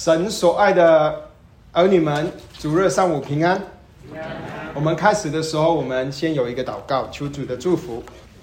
神所爱的儿女们，主日上午平安。我们开始的时候，我们先有一个祷告，求主的祝福。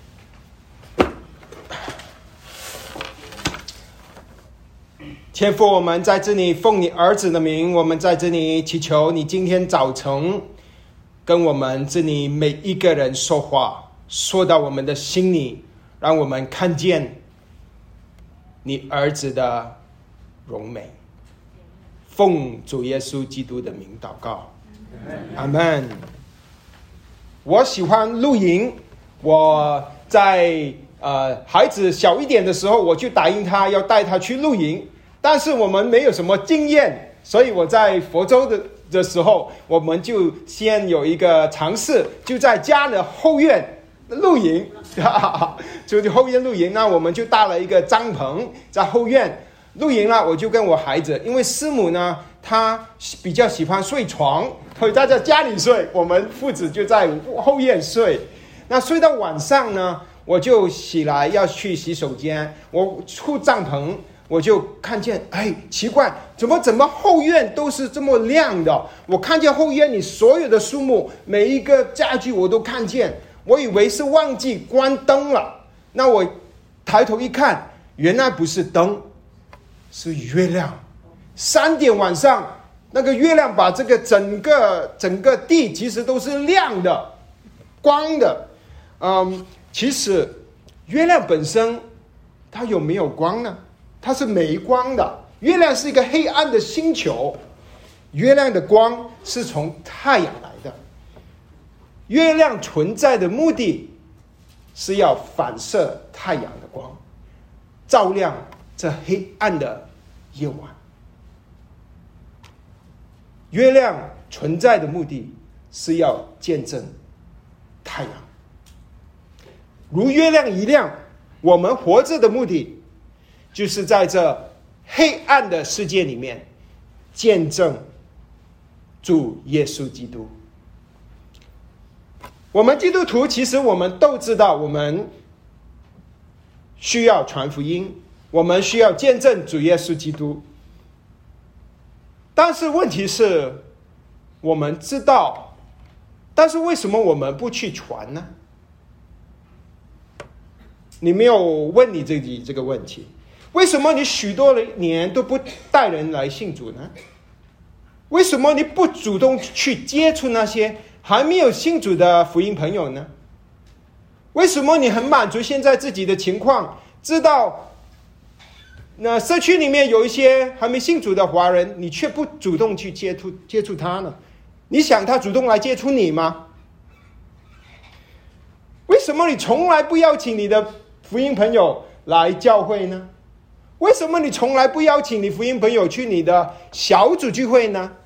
天父，我们在这里奉你儿子的名，我们在这里祈求你今天早晨跟我们这里每一个人说话，说到我们的心里，让我们看见你儿子的荣美。奉主耶稣基督的名祷告，阿们。我喜欢露营，我在孩子小一点的时候，我就答应他要带他去露营，但是我们没有什么经验，所以我在佛州的时候，我们就先有一个尝试，就在家的后院露营，就后院露营，那我们就搭了一个帐篷在后院露营了。我就跟我孩子，因为师母呢，她比较喜欢睡床，所以她在家里睡，我们父子就在后院睡。那睡到晚上呢，我就起来要去洗手间，我出帐篷，我就看见，奇怪，怎么后院都是这么亮的？我看见后院里所有的树木，每一个家具我都看见，我以为是忘记关灯了。那我抬头一看，原来不是灯，是月亮。3点晚上，那个月亮把这个整个地其实都是亮的，光的。其实月亮本身它有没有光呢？它是没光的。月亮是一个黑暗的星球，月亮的光是从太阳来的。月亮存在的目的是要反射太阳的光，照亮这黑暗的夜晚。月亮存在的目的是要见证太阳。如月亮一亮，我们活着的目的就是在这黑暗的世界里面见证主耶稣基督。我们基督徒其实我们都知道，我们需要传福音，我们需要见证主耶稣基督。但是问题是，我们知道，但是为什么我们不去传呢？你没有问你自己这个问题，为什么你许多年都不带人来信主呢？为什么你不主动去接触那些还没有信主的福音朋友呢？为什么你很满足现在自己的情况，知道那社区里面有一些还没信主的华人，你却不主动去接触他呢？你想他主动来接触你吗？为什么你从来不邀请你的福音朋友来教会呢？为什么你从来不邀请你福音朋友去你的小组聚会呢？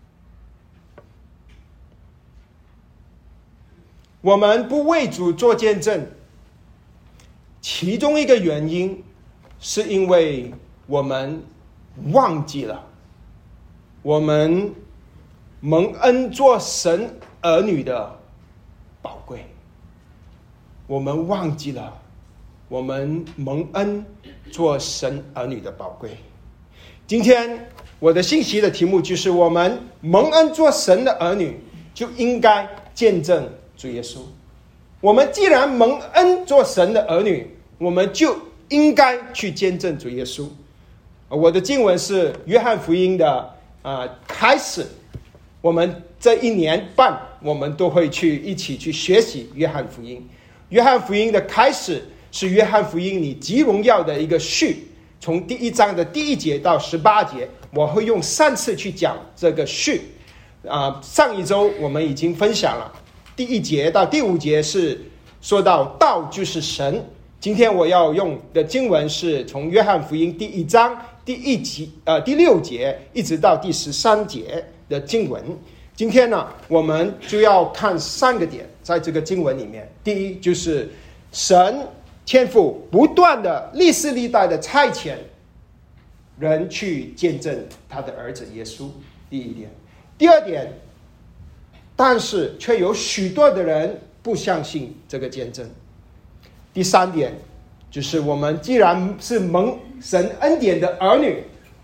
我们不为主做见证，其中一个原因是因为我们忘记了我们蒙恩做神儿女的宝贵，我们忘记了我们蒙恩做神儿女的宝贵。今天我的信息的题目就是，我们蒙恩做神的儿女，就应该见证主耶稣。我们既然蒙恩做神的儿女，我们就应该去见证主耶稣。我的经文是约翰福音的开始，我们这1年半我们都会一起去学习约翰福音。约翰福音的开始是约翰福音里极荣耀的一个序，从第1章的第1节到18节，我会用3次去讲这个序。上一周我们已经分享了第1节到第5节，是说到道就是神。今天我要用的经文是从约翰福音第1章第6节一直到第13节的经文。今天呢，我们就要看3个点在这个经文里面。第一，就是神天父不断的历世历代的差遣人去见证他的儿子耶稣，第一点。第二点，但是却有许多的人不相信这个见证。第三点，就是我们既然是蒙神恩典的儿女，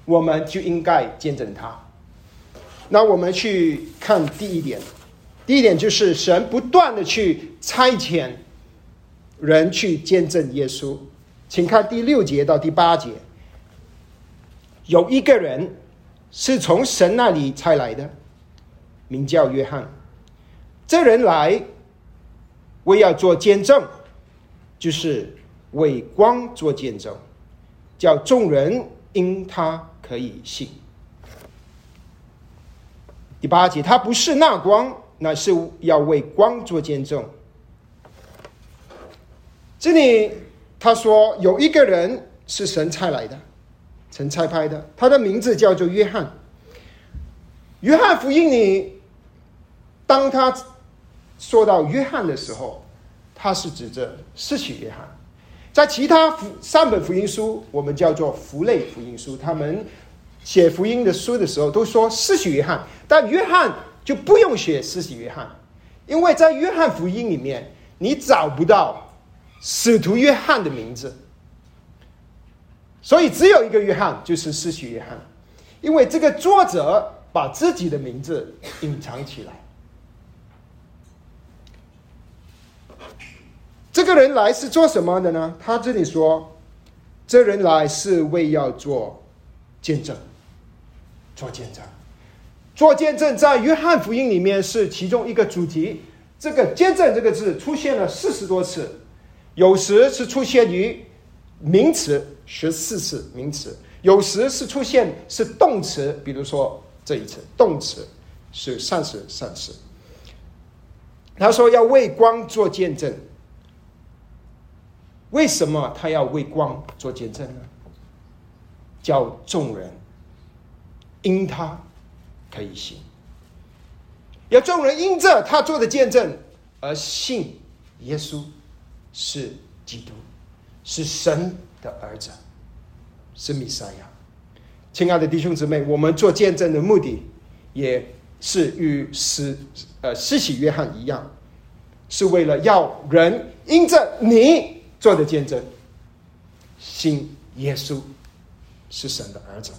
我们就应该见证他。那我们去看第一点，第一点就是神不断的去差遣人去见证耶稣。请看第6节到第8节，有一个人是从神那里差来的，名叫约翰。这人来为要做见证，就是为光做见证，叫众人因他可以信。第8节，他不是那光，乃是要为光做见证。这里他说有一个人是神差来的，神差派的，他的名字叫做约翰。约翰福音里，当他说到约翰的时候，他是指着施洗约翰。在其他3本福音书，我们叫做福类福音书，他们写福音的书的时候都说施洗约翰，但约翰就不用写施洗约翰，因为在约翰福音里面你找不到使徒约翰的名字，所以只有一个约翰，就是施洗约翰。因为这个作者把自己的名字隐藏起来。这个人来是做什么的呢？他这里说，这人来是为要做见证。做见证，做见证在约翰福音里面是其中一个主题。这个见证这个字出现了40多次，有时是出现于名词14次名词，有时是出现是动词，比如说这一次动词是33次。他说要为光做见证。为什么他要为光做见证呢？叫众人因他可以信，要众人因着他做的见证而信耶稣是基督，是神的儿子，是弥赛亚。亲爱的弟兄姊妹，我们做见证的目的也是与施洗约翰一样，是为了要人因着你做的见证信耶稣是神的儿子。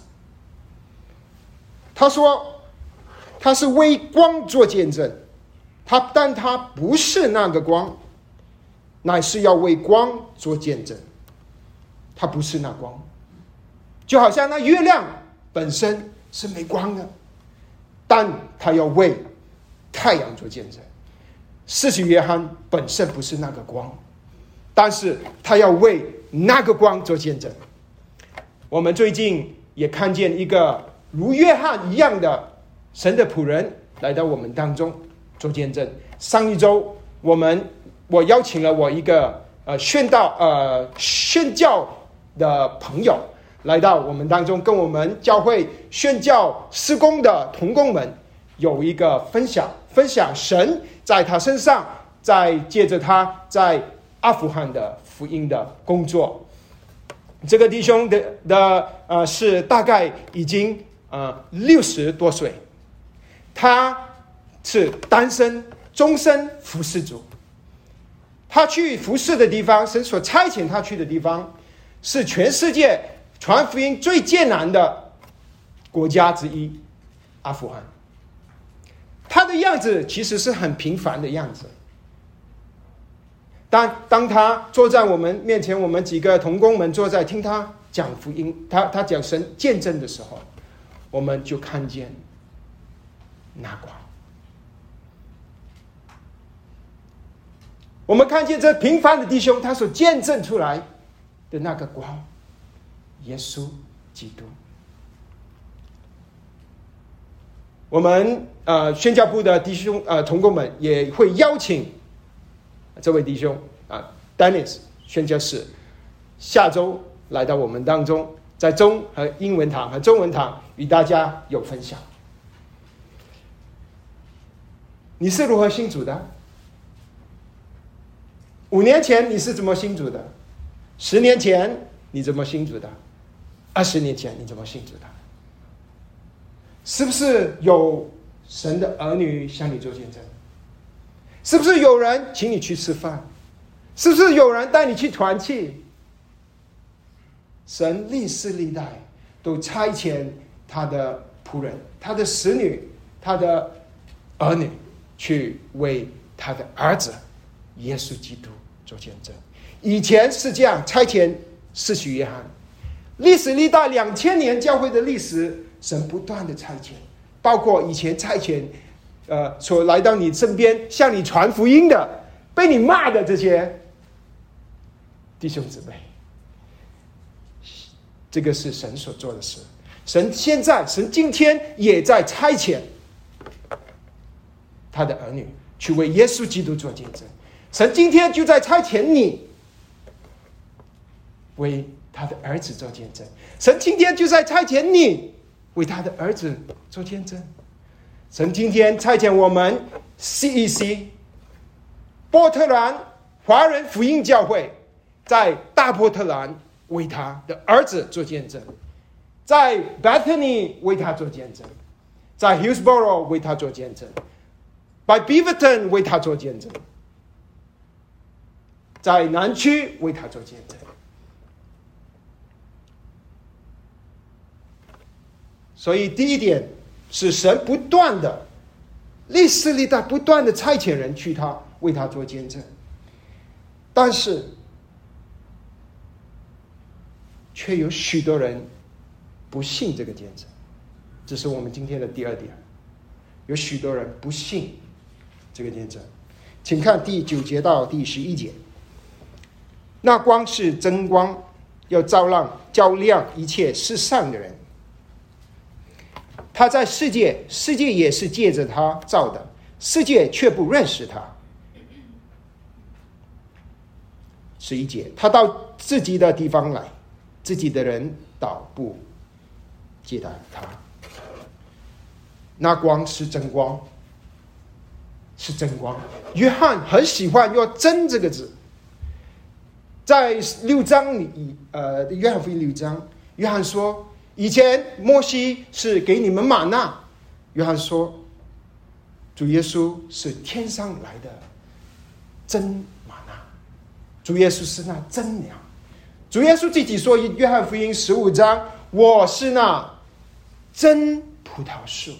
他说他是为光做见证，但他不是那个光，乃是要为光做见证。他不是那光，就好像那月亮本身是没光的，但他要为太阳做见证。施洗约翰本身不是那个光，但是他要为那个光做见证。我们最近也看见一个如约翰一样的神的仆人来到我们当中做见证。上一周我邀请了我一个宣教的朋友来到我们当中，跟我们教会宣教事工的同工们有一个分享神在他身上，在借着他在阿富汗的福音的工作。这个弟兄是大概已经60多岁，他是单身，终身服侍主。他去服侍的地方，神所差遣他去的地方，是全世界传福音最艰难的国家之一，阿富汗。他的样子其实是很平凡的样子，当他坐在我们面前，我们几个同工们坐在听他讲福音，他讲神见证的时候，我们就看见那光。我们看见这平凡的弟兄他所见证出来的那个光，耶稣基督。我们宣教部的弟兄同工们也会邀请这位弟兄Dennis 宣教士下周来到我们当中，在中和英文堂和中文堂与大家有分享。你是如何信主的？5年前你是怎么信主的？10年前你怎么信主的？20年前你怎么信主的？是不是有神的儿女向你做见证？是不是有人请你去吃饭？是不是有人带你去团契？神历世历代都差遣他的仆人、他的使女、他的儿女去为他的儿子耶稣基督做见证。以前是这样，差遣施洗约翰。历史历代2000年教会的历史，神不断的差遣，包括以前差遣所来到你身边向你传福音的，被你骂的这些弟兄姊妹，这个是神所做的事。神今天也在差遣他的儿女去为耶稣基督做见证。神今天就在差遣你为他的儿子做见证。神今天就在差遣你为他的儿子做见证。神今天差遣我们 CEC 波特兰华人福音教会在大波特兰为他的儿子做见证，在 Bethany 为他做见证，在 Hillsborough 为他做见证，在 Beaverton 为他做见证，在南区为他做见证。所以第一点是神不断的历史历代不断的差遣人去为他做见证，但是却有许多人不信这个见证。这是我们今天的第二点，有许多人不信这个见证。请看第9节到第11节。那光是真光，要照亮一切世上的人。他在世界，世界也是借着他造的，世界却不认识他。11节，他到自己的地方来，自己的人倒不接待他。那光是真光，是真光。约翰很喜欢用真这个字，在6章里，约翰福音6章，约翰说，以前摩西是给你们玛纳，约翰说主耶稣是天上来的真玛纳，主耶稣是那真粮。主耶稣自己说，约翰福音15章，我是那真葡萄树。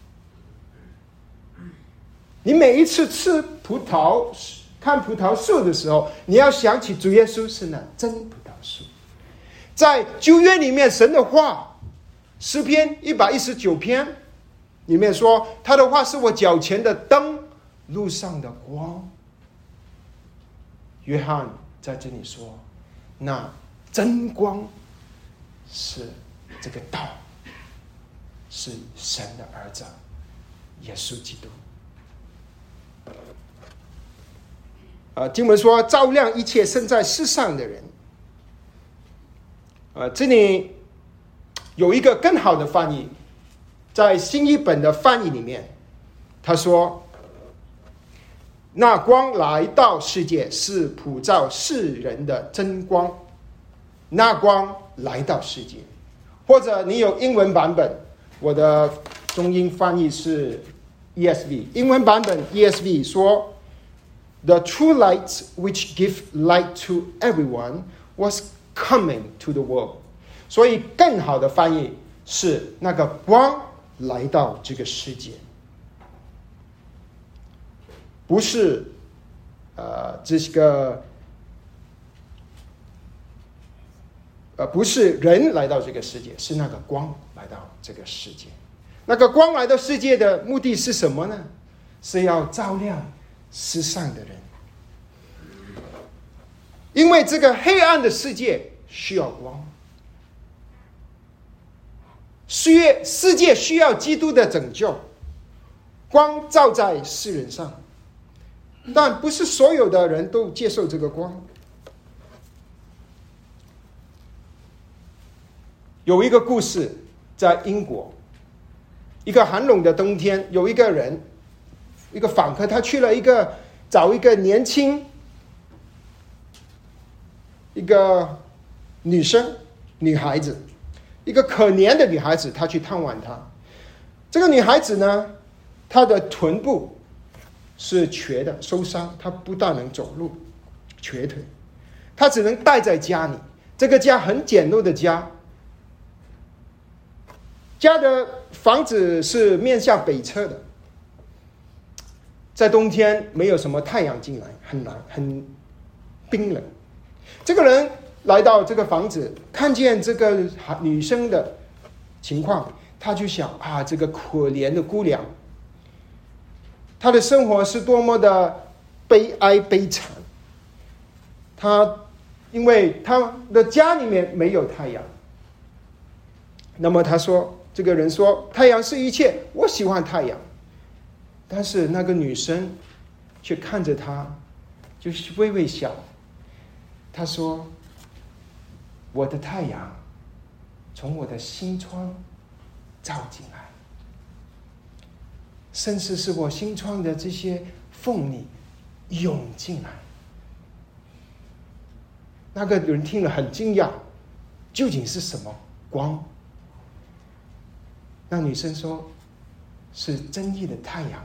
你每一次吃看葡萄树的时候，你要想起主耶稣是那真葡萄树。在旧约里面，神的话，诗篇119篇里面说，他的话是我脚前的灯，路上的光。约翰在这里说，那真光是这个道，是神的儿子耶稣基督。经文说，照亮一切生在世上的人。这里有一个更好的翻译，在新译本的翻译里面，他说，那光来到世界，是普照世人的真光。那光来到世界，或者你有英文版本，我的中英翻译是 ESV， 英文版本 ESV 说， The true light which gives light to everyone was coming to the world。 所以更好的翻译是那个光来到这个世界，不是不是人来到这个世界，是那个光来到这个世界。那个光来到世界的目的是什么呢？是要照亮世上的人，因为这个黑暗的世界需要光，世界需要基督的拯救，光照在世人上，但不是所有的人都接受这个光。有一个故事，在英国，一个寒冷的冬天，有一个人，一个访客，他去了找一个年轻一个女孩子，一个可怜的女孩子，他去探望她。这个女孩子呢，她的臀部是瘸的，受伤，她不大能走路，瘸腿，她只能待在家里。这个家很简陋的家， 家的房子是面向北侧的，在冬天没有什么太阳进来，很冷，很冰冷。这个人来到这个房子，看见这个女生的情况，他就想啊，这个可怜的姑娘，她的生活是多么的悲哀悲惨。因为她的家里面没有太阳。那么这个人说，太阳是一切，我喜欢太阳。但是那个女生却看着他，就是微微笑。她说，我的太阳从我的心窗照进来，甚至是我心窗的这些缝里涌进来。那个人听了很惊讶，究竟是什么光？那女生说，是真义的太阳，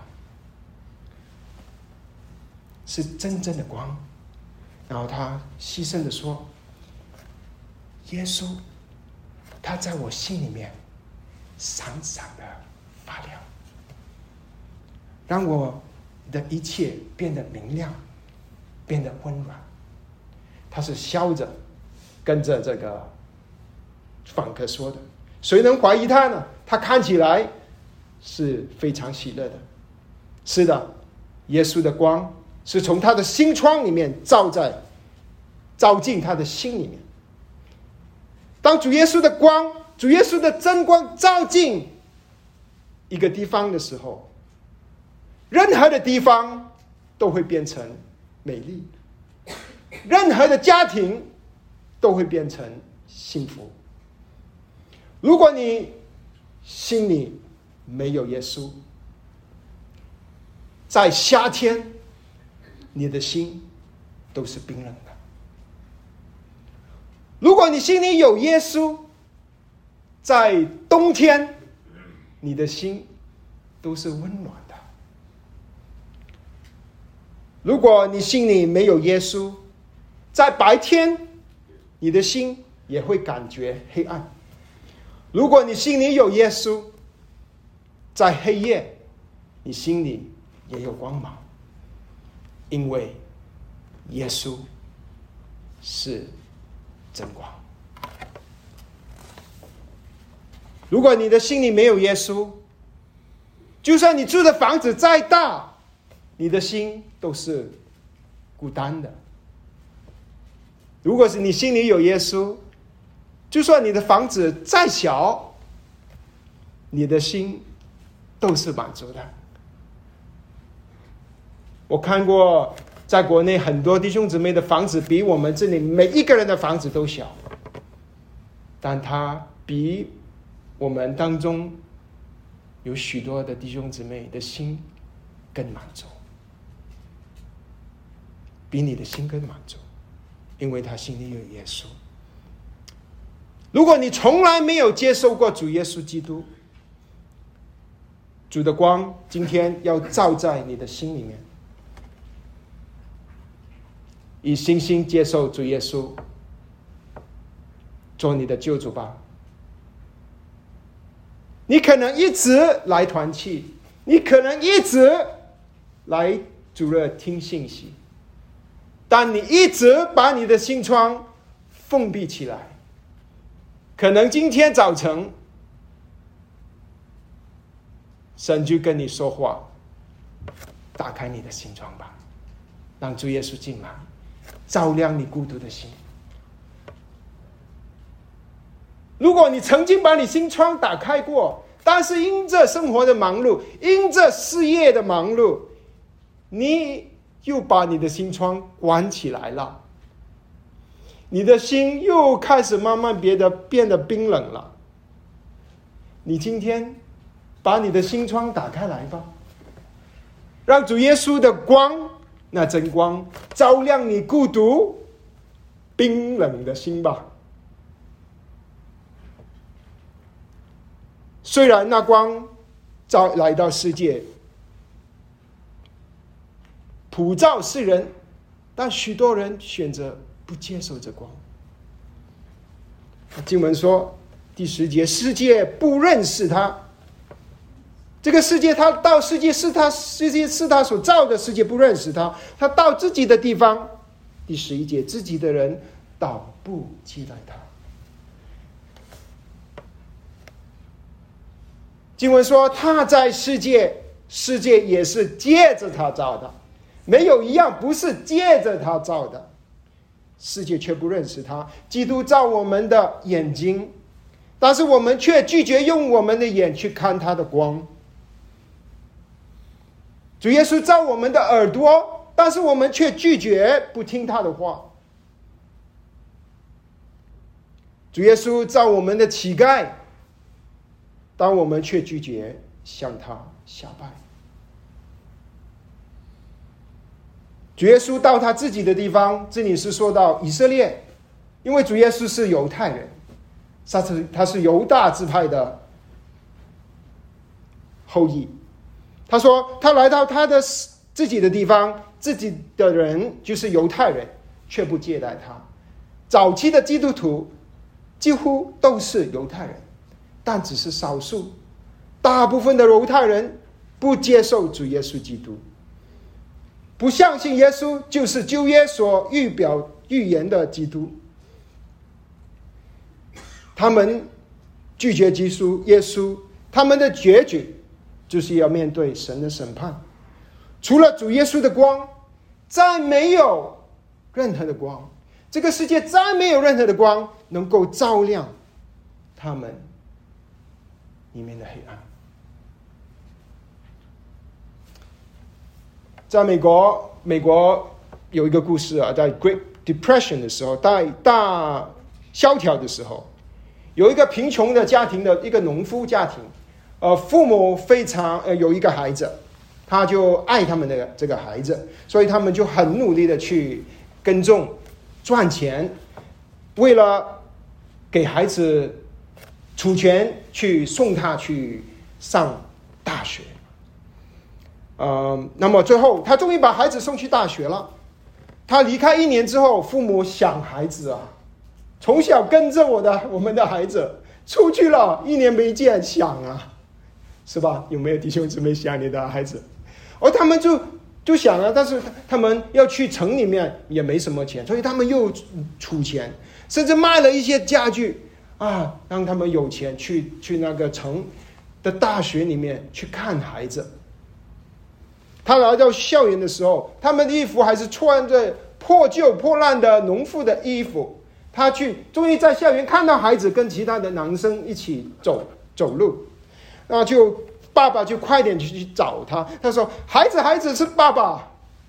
是真正的光。然后她细声的说，耶稣他在我心里面闪闪的发亮，让我的一切变得明亮，变得温暖。他是笑着跟着这个访客说的，谁能怀疑他呢？他看起来是非常喜乐的。是的，耶稣的光是从他的心窗里面照进他的心里面。当主耶稣的光，主耶稣的真光照进一个地方的时候，任何的地方都会变成美丽，任何的家庭都会变成幸福。如果你心里没有耶稣，在夏天你的心都是冰冷的。如果你心里有耶稣，在冬天你的心都是温暖的。如果你心里没有耶稣，在白天你的心也会感觉黑暗。如果你心里有耶稣，在黑夜你心里也有光芒，因为耶稣是真光。如果你的心里没有耶稣，就算你住的房子再大，你的心都是孤单的。如果是你心里有耶稣，就算你的房子再小，你的心都是满足的。我看过在国内很多弟兄姊妹的房子比我们这里每一个人的房子都小，但他比我们当中有许多的弟兄姊妹的心更满足，比你的心更满足，因为他心里有耶稣。如果你从来没有接受过主耶稣基督，主的光今天要照在你的心里面，以信心接受主耶稣做你的救主吧。你可能一直来团契，你可能一直来主日听信息，但你一直把你的心窗封闭起来。可能今天早晨神就跟你说话，打开你的心窗吧，让主耶稣进来，照亮你孤独的心。如果你曾经把你心窗打开过，但是因着生活的忙碌，因着事业的忙碌，你又把你的心窗关起来了，你的心又开始慢慢变得冰冷了。你今天把你的心窗打开来吧，让主耶稣的光，那真光照亮你孤独冰冷的心吧。虽然那光来到世界，普照世人，但许多人选择不接受这光。经文说， 第10节，世界不认识他。这个世界，他到世界是他所造的，世界不认识他。他到自己的地方，第11节，自己的人倒不接待他。经文说，他在世界，世界也是借着他造的，没有一样不是借着他造的。世界却不认识他。基督造我们的眼睛，但是我们却拒绝用我们的眼去看他的光。主耶稣造我们的耳朵，但是我们却拒绝不听他的话。主耶稣造我们的膝盖，但我们却拒绝向他下拜。主耶稣到他自己的地方，这里是说到以色列，因为主耶稣是犹太人，他是犹大支派的后裔。他说他来到他的自己的地方，自己的人就是犹太人却不接待他。早期的基督徒几乎都是犹太人，但只是少数，大部分的犹太人不接受主耶稣基督，不相信耶稣就是旧约所预言的基督。他们拒绝耶稣，他们的结局就是要面对神的审判。除了主耶稣的光，再没有任何的光，这个世界再没有任何的光能够照亮他们里面的黑暗。在美国有一个故事啊，在 Great Depression 的时候，大萧条的时候，有一个贫穷的家庭的一个农夫家庭，父母非常有一个孩子，他就爱他们的这个孩子，所以他们就很努力的去耕种赚钱，为了给孩子储钱去送他去上大学。那么最后他终于把孩子送去大学了。他离开1年之后，父母想孩子啊，从小跟着我们的孩子出去了1年没见，想啊，是吧？有没有弟兄姊妹想你的孩子？他们就想啊，但是他们要去城里面也没什么钱，所以他们又出钱，甚至卖了一些家具啊，让他们有钱去那个城的大学里面去看孩子。他来到校园的时候，他们的衣服还是穿着破旧破烂的农妇的衣服。他终于在校园看到孩子跟其他的男生一起走路，爸爸就快点去找他。他说：“孩子是爸爸。”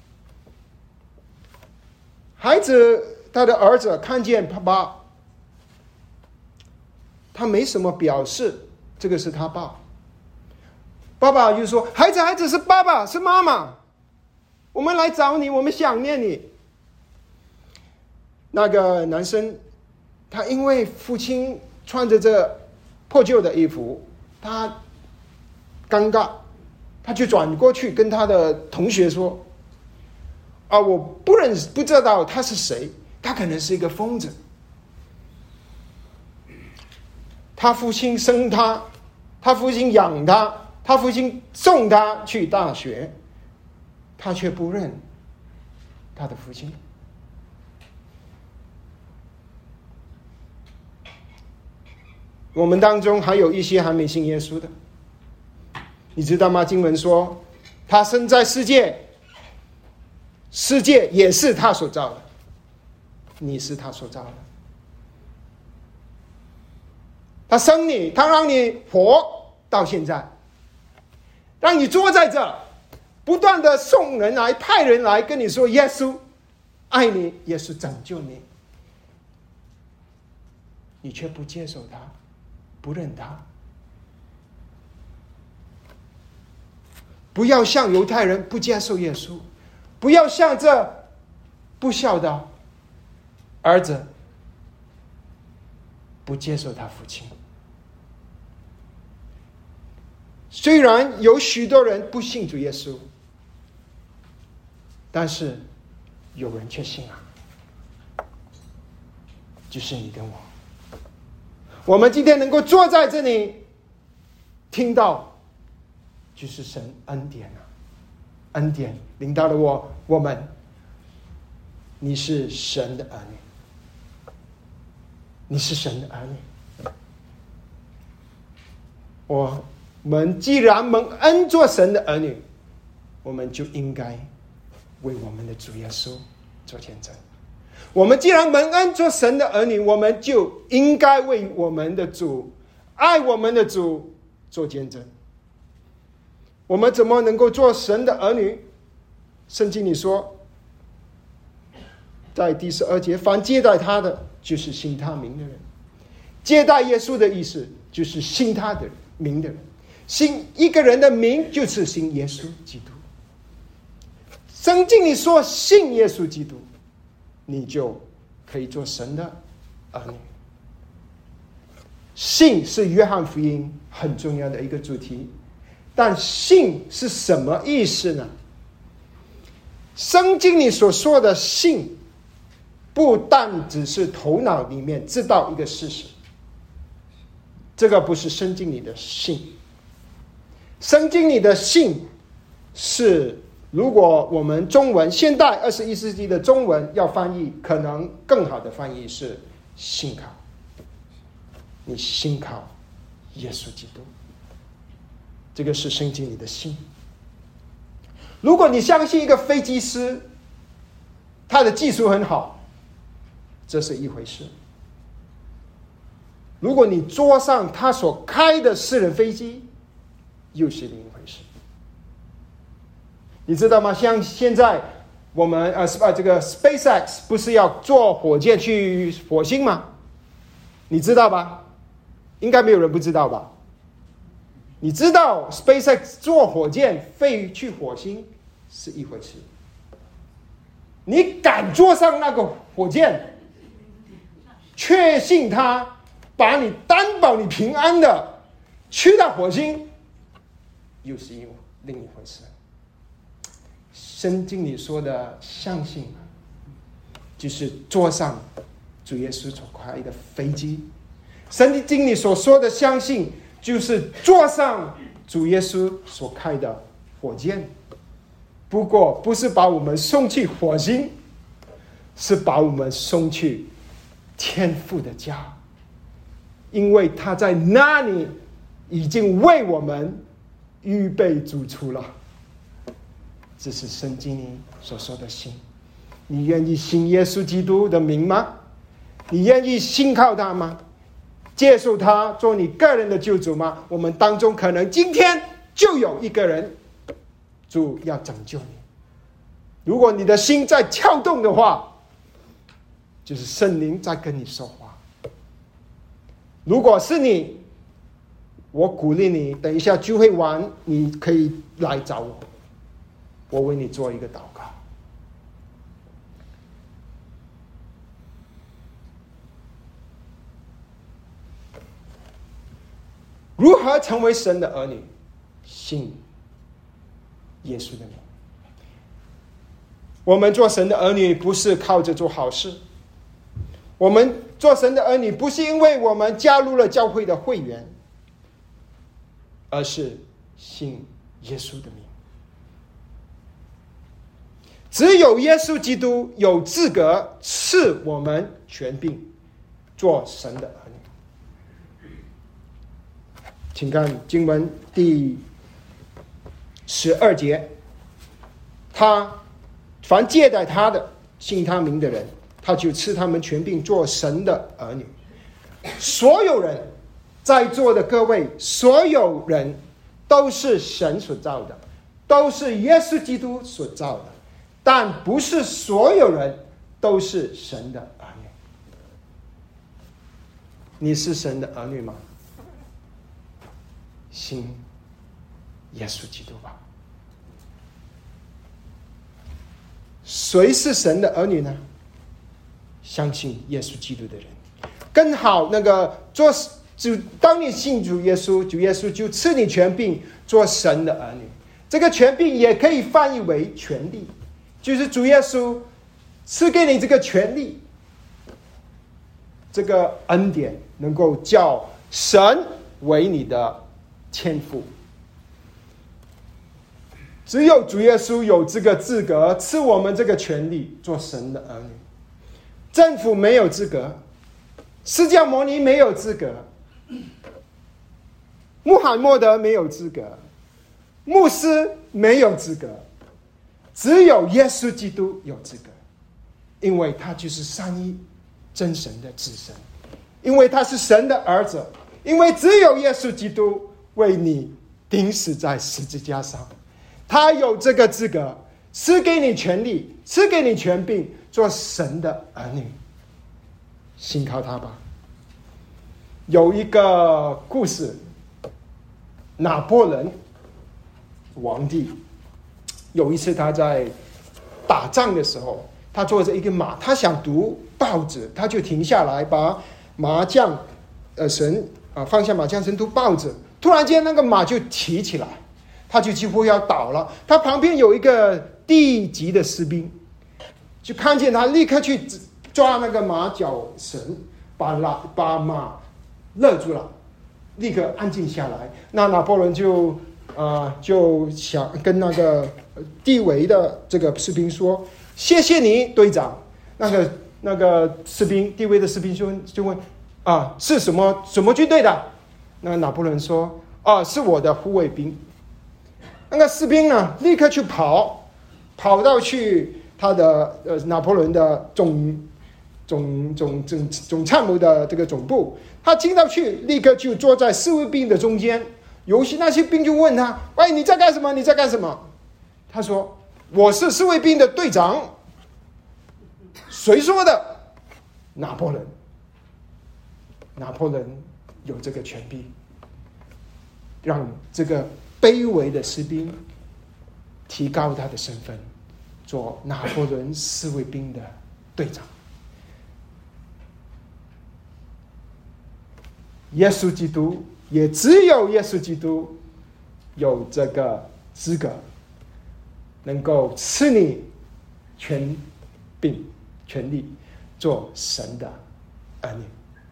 孩子他的儿子看见爸爸，他没什么表示，这个是他爸。爸爸就说：“孩子是爸爸，是妈妈，我们来找你，我们想念你。”那个男生，他因为父亲穿着这破旧的衣服，他尴尬，他就转过去跟他的同学说：“我不知道他是谁，他可能是一个疯子。他父亲生他，他父亲养他，他父亲送他去大学，他却不认他的父亲。”我们当中还有一些还没信耶稣的，你知道吗？经文说他生在世界，世界也是他所造的，你是他所造的。他生你，他让你活到现在，让你坐在这，不断的送人来，派人来跟你说耶稣爱你，耶稣拯救你，你却不接受他，不认他。不要像犹太人不接受耶稣，不要像这不孝的儿子不接受他父亲。虽然有许多人不信主耶稣，但是有人却信啊，就是你跟我。 我们今天能够坐在这里听到，就是神恩典啊，恩典领到了我们。你是神的儿女，你是神的儿女。我们既然蒙恩做神的儿女，我们就应该为我们的主耶稣做见证。我们既然蒙恩做神的儿女，我们就应该为我们的主、爱我们的主做见证。我们怎么能够做神的儿女？圣经里说，在第12节，凡接待他的，就是信他名的人。接待耶稣的意思就是信他的名的人。信一个人的名，就是信耶稣基督。圣经里说信耶稣基督，你就可以做神的儿女。信是约翰福音很重要的一个主题，但信是什么意思呢？圣经里所说的信，不但只是头脑里面知道一个事实，这个不是圣经里的信。圣经里的信是，如果我们中文现代21世纪的中文要翻译，可能更好的翻译是信靠。你信靠耶稣基督，这个是圣经里的信。如果你相信一个飞机师，他的技术很好，这是一回事。如果你坐上他所开的私人飞机，又是另一回事。你知道吗？像现在我们这个 SpaceX 不是要坐火箭去火星吗？你知道吧？应该没有人不知道吧？你知道 SpaceX 坐火箭飞去火星是一回事，你敢坐上那个火箭，确信他把你担保你平安的去到火星，又是另一回事。圣经里说的相信，就是坐上主耶稣所开的飞机。圣经里所说的相信，就是坐上主耶稣所开的火箭。不过不是把我们送去火星，是把我们送去天父的家，因为他在那里已经为我们预备住处了。这是圣经里所说的信。你愿意信耶稣基督的名吗？你愿意信靠他吗？接受他做你个人的救主吗？我们当中可能今天就有一个人，主要拯救你。如果你的心在跳动的话，就是圣灵在跟你说话。如果是你，我鼓励你，等一下聚会完，你可以来找我，我为你做一个祷告。如何成为神的儿女？信耶稣的名。我们做神的儿女不是靠着做好事，我们做神的儿女不是因为我们加入了教会的会员，而是信耶稣的名。只有耶稣基督有资格赐我们权柄做神的儿女。请看经文第12节，他凡接待他的信他名的人，他就赐他们权柄做神的儿女。所有人在座的各位，所有人都是神所造的，都是耶稣基督所造的，但不是所有人都是神的儿女。你是神的儿女吗？信耶稣基督吧。谁是神的儿女呢？相信耶稣基督的人。更好，当你信主耶稣，主耶稣就赐你权柄做神的儿女。这个权柄也可以翻译为权利，就是主耶稣赐给你这个权利， 这个恩典能够叫神为你的天父。只有主耶稣有这个资格赐我们这个权利做神的儿女。政府没有资格，释迦牟尼没有资格，穆罕默德没有资格，牧师没有资格，只有耶稣基督有资格，因为他就是三一真神的子孙，因为他是神的儿子，因为只有耶稣基督为你钉死在十字架上，他有这个资格，赐给你权利，赐给你权柄，做神的儿女。信靠他吧。有一个故事，拿破仑皇帝有一次他在打仗的时候，他坐着一个马，他想读报纸，他就停下来把麻将放下麻将绳读报纸，突然间那个马就提起来，他就几乎要倒了。他旁边有一个低级的士兵，就看见他立刻去抓那个马脚绳，把马勒住了，立刻安静下来。那拿破仑就想跟那个地位的这个士兵说：“谢谢你，队长。”那个士兵，地位的士兵就问：“是什么军队的？”那拿破仑说：“是我的护卫兵。”那个士兵呢，立刻去跑到去他的拿破仑的总参谋的这个总部，他进到去，立刻就坐在侍卫兵的中间。那些兵就问他：“喂，你在干什么？你在干什么？”他说：“我是侍卫兵的队长。”谁说的？拿破仑。拿破仑有这个权柄，让这个卑微的士兵提高他的身份，做拿破仑侍卫兵的队长。耶稣基督，也只有耶稣基督有这个资格，能够赐你权柄、权利，做神的儿女。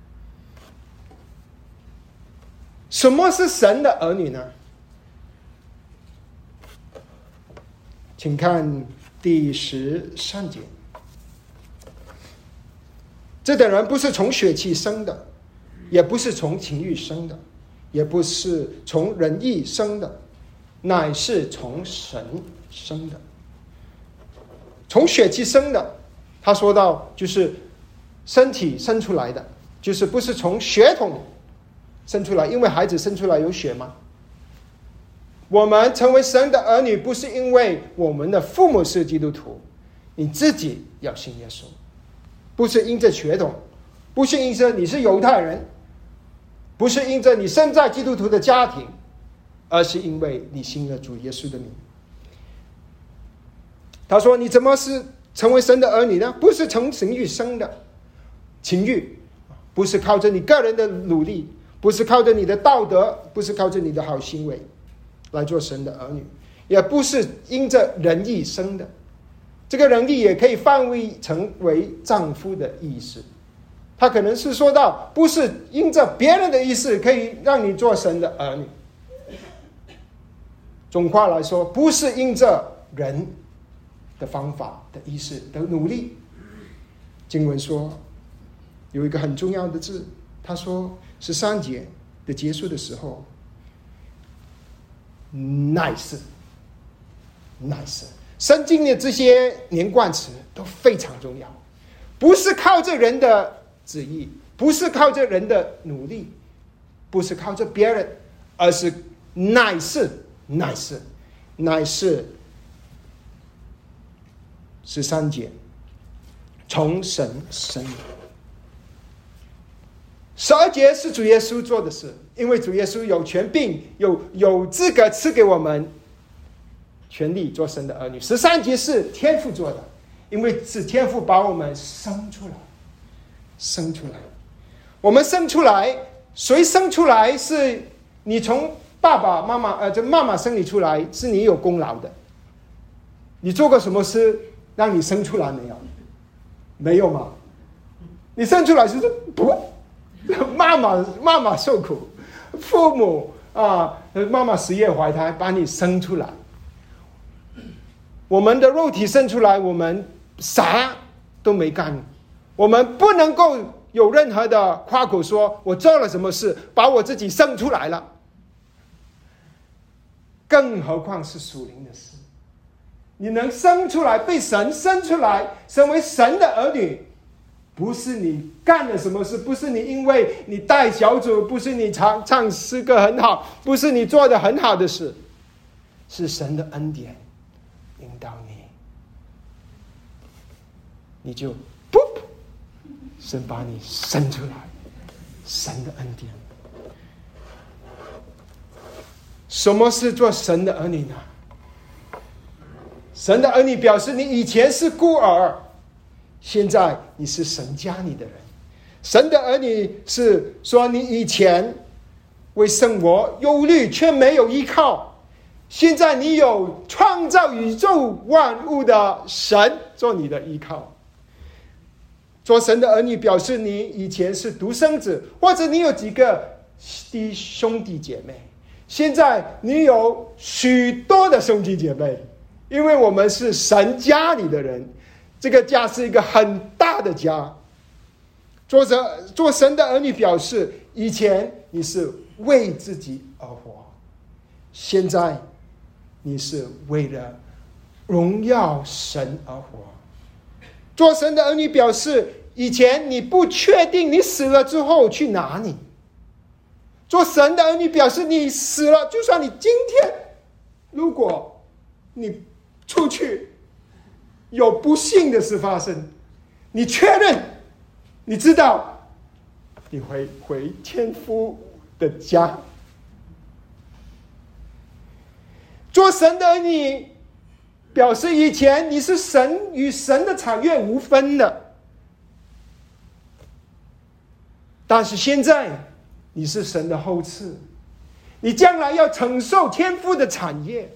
什么是神的儿女呢？请看第13节。这等人不是从血气生的，也不是从情欲生的，也不是从人意生的，乃是从神生的。从血气生的，他说到就是身体生出来的，就是不是从血统生出来，因为孩子生出来有血吗？我们成为神的儿女，不是因为我们的父母是基督徒，你自己要信耶稣，不是因着血统，不是因着你是犹太人，不是因着你生在基督徒的家庭，而是因为你信了主耶稣的名。他说：“你怎么是成为神的儿女呢？不是从情欲生的，情欲不是靠着你个人的努力，不是靠着你的道德，不是靠着你的好行为来做神的儿女，也不是因着人意生的。这个人意也可以翻译成为丈夫的意思，他可能是说到不是因着别人的意思可以让你做神的儿女。总括来说，不是因着人的方法的意思的努力。经文说有一个很重要的字，他说13节的结束的时候，乃是。圣经的这些连贯词都非常重要，不是靠着人的旨意，不是靠着人的努力，不是靠着别人，而是乃是13节，从神生。12节是主耶稣做的事，因为主耶稣有权柄，有资格赐给我们权利做神的儿女。13节是天父做的，因为是天父把我们生出来。我们生出来，谁生出来？是你从爸爸妈妈这妈妈生你出来，是你有功劳的。你做过什么事让你生出来没有？没有吗？ 你生出来就是不，妈妈受苦，父母妈妈10月怀胎把你生出来。我们的肉体生出来，我们啥都没干，我们不能够有任何的夸口说我做了什么事把我自己生出来了，更何况是属灵的事。你能生出来，被神生出来，成为神的儿女，不是你干了什么事，不是你因为你带小组，不是你唱诗歌很好，不是你做的很好的事，是神的恩典引导你，你就噗，神把你生出来，神的恩典。什么是做神的儿女呢？神的儿女表示你以前是孤儿，现在你是神家里的人。神的儿女是说你以前为生活忧虑却没有依靠，现在你有创造宇宙万物的神做你的依靠。做神的儿女表示你以前是独生子，或者你有几个兄弟姐妹，现在你有许多的兄弟姐妹，因为我们是神家里的人，这个家是一个很大的家。做神的儿女表示以前你是为自己而活，现在你是为了荣耀神而活。做神的儿女表示以前你不确定你死了之后去哪里。做神的儿女表示你死了，就算你今天如果你出去有不幸的事发生，你确认你知道你会回天父的家。做神的儿女表示以前你是神与神的产业无分的，但是现在你是神的后嗣，你将来要承受天父的产业。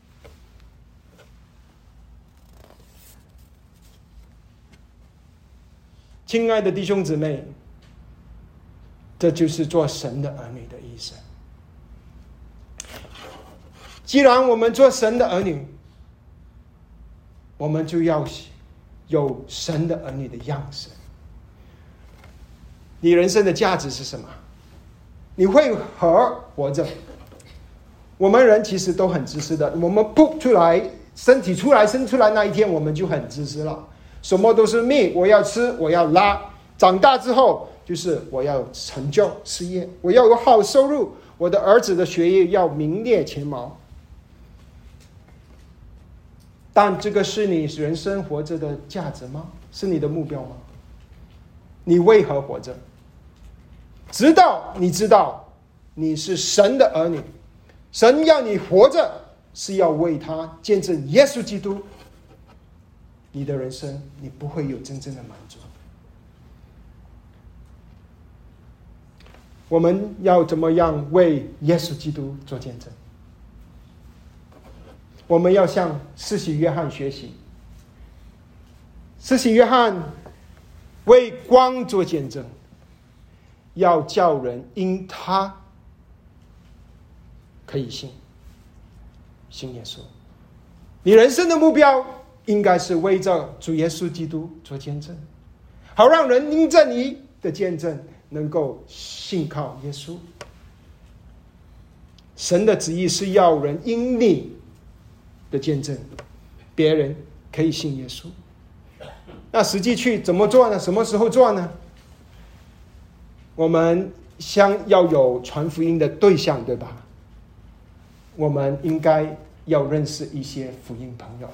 亲爱的弟兄姊妹，这就是做神的儿女的意思。既然我们做神的儿女，我们就要有神的儿女的样式。你人生的价值是什么？你为何活着？我们人其实都很自私的，我们噗出来，身体生出来那一天，我们就很自私了，什么都是命，我要吃，我要拉。长大之后就是我要成就事业，我要有好收入，我的儿子的学业要名列前茅。但这个是你人生活着的价值吗？是你的目标吗？你为何活着？直到你知道你是神的儿女，神要你活着是要为他见证耶稣基督，你的人生你不会有真正的满足。我们要怎么样为耶稣基督做见证？我们要向施洗约翰学习。施洗约翰为光做见证，要叫人因他可以信耶稣。你人生的目标应该是为着主耶稣基督做见证，好让人因着你的见证能够信靠耶稣。神的旨意是要人因你的见证，别人可以信耶稣。那实际去怎么做呢？什么时候做呢？我们要有传福音的对象，对吧？我们应该要认识一些福音朋友。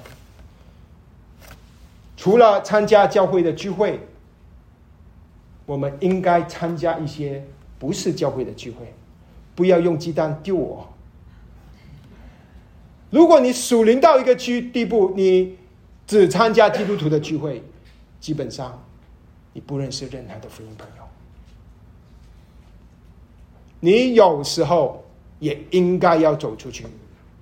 除了参加教会的聚会，我们应该参加一些不是教会的聚会。不要用鸡蛋丢我。如果你属灵到一个地步，你只参加基督徒的聚会，基本上你不认识任何的福音朋友。你有时候也应该要走出去，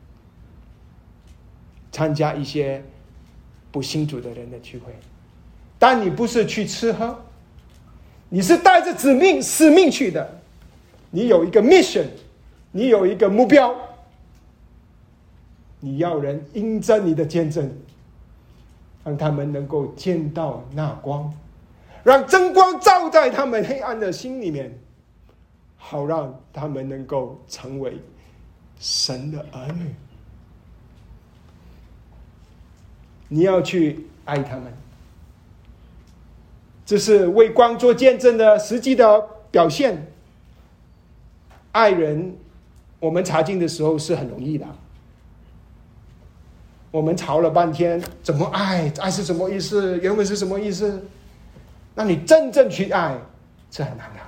参加一些不信主的人的聚会，但你不是去吃喝， 你是带着使命去的，你有一个 mission， 你有一个目标，你要人因着你的见证，让他们能够见到那光，让真光照在他们黑暗的心里面，好让他们能够成为神的儿女。你要去爱他们，这是为光做见证的实际的表现。爱人，我们查经的时候是很容易的，我们吵了半天，怎么爱？爱是什么意思？原文是什么意思？那你真正去爱，是很难的。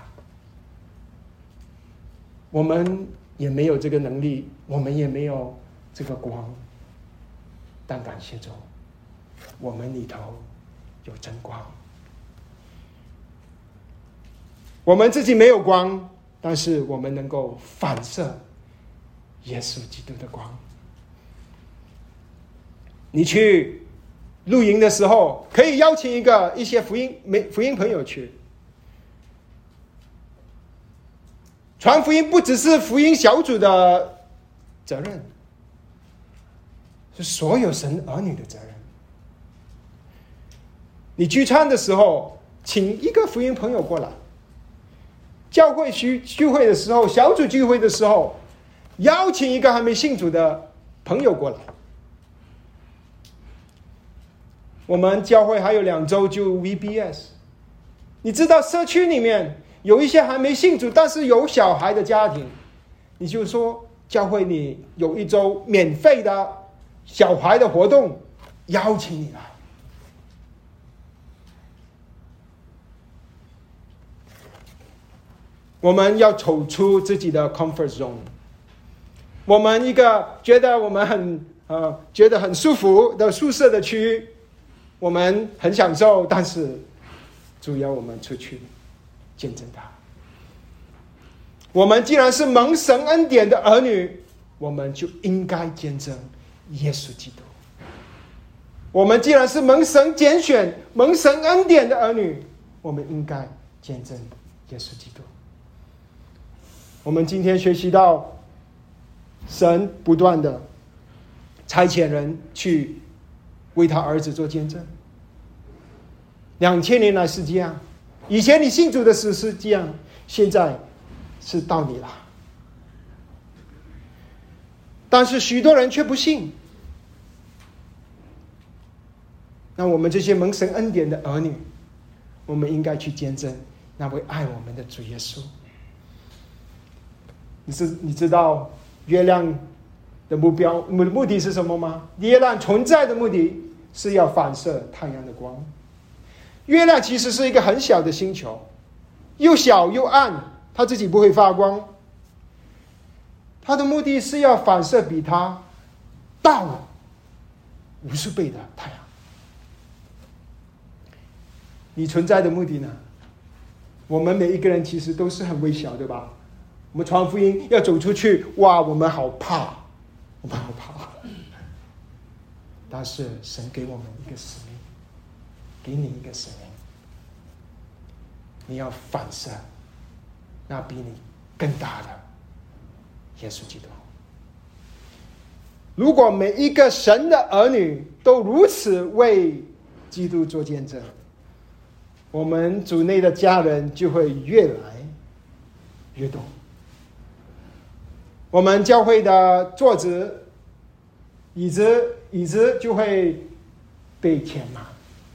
我们也没有这个能力，我们也没有这个光，但感谢主，我们里头有真光。我们自己没有光，但是我们能够反射耶稣基督的光。你去露营的时候，可以邀请一些福音朋友去传福音，不只是福音小组的责任，是所有神儿女的责任。你聚餐的时候，请一个福音朋友过来；教会聚会的时候，小组聚会的时候，邀请一个还没信主的朋友过来。我们教会还有2周就 VBS， 你知道社区里面有一些还没信主但是有小孩的家庭，你就说教会里有1周免费的小孩的活动，邀请你来。我们要走出自己的 comfort zone。我们一个觉得我们觉得很舒服的宿舍的区域，我们很享受，但是主要我们出去见证他。我们既然是蒙神恩典的儿女，我们就应该见证耶稣基督。我们既然是蒙神拣选、蒙神恩典的儿女，我们应该见证耶稣基督。我们今天学习到，神不断的差遣人去为他儿子做见证。2000年来是这样，以前你信主的时候是这样，现在是到你了。但是许多人却不信。那我们这些蒙神恩典的儿女，我们应该去见证那位爱我们的主耶稣。你知道月亮的目的是什么吗？月亮存在的目的是要反射太阳的光。月亮其实是一个很小的星球，又小又暗，它自己不会发光。它的目的是要反射比它大50倍的太阳。你存在的目的呢？我们每一个人其实都是很微小，对吧？我们传福音要走出去，哇，我们好怕。但是神给我们一个使命，给你一个使命，你要反射那比你更大的耶稣基督。如果每一个神的儿女都如此为基督做见证，我们主内的家人就会越来越多。我们教会的桌子、椅子就会被填满。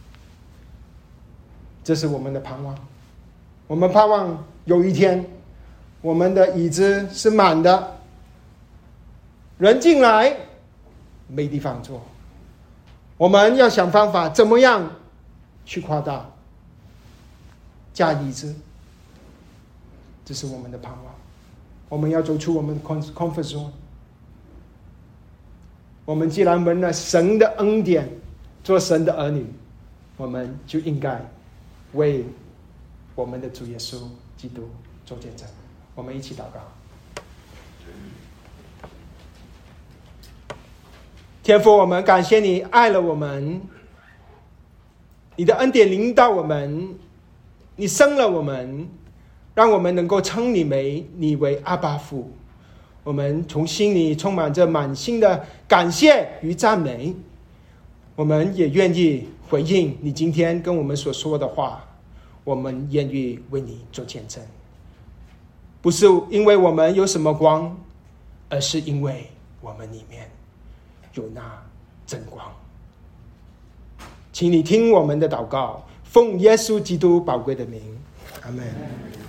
这是我们的盼望。我们盼望有一天，我们的椅子是满的，人进来没地方坐。我们要想方法，怎么样去夸大加椅子，这是我们的盼望。我们要走出我们的 comfort zone。我们既然蒙了神的恩典，做神的儿女，我们就应该为我们的主耶稣基督做见证。我们一起祷告。天父，我们感谢你爱了我们，你的恩典临到我们， 你生了我们，让我们能够称你为阿爸父。我们从心里充满着满心的感谢与赞美，我们也愿意回应你今天跟我们所说的话，我们愿意为你做见证，不是因为我们有什么光，而是因为我们里面有那真光。请你听我们的祷告，奉耶稣基督宝贵的名，阿们。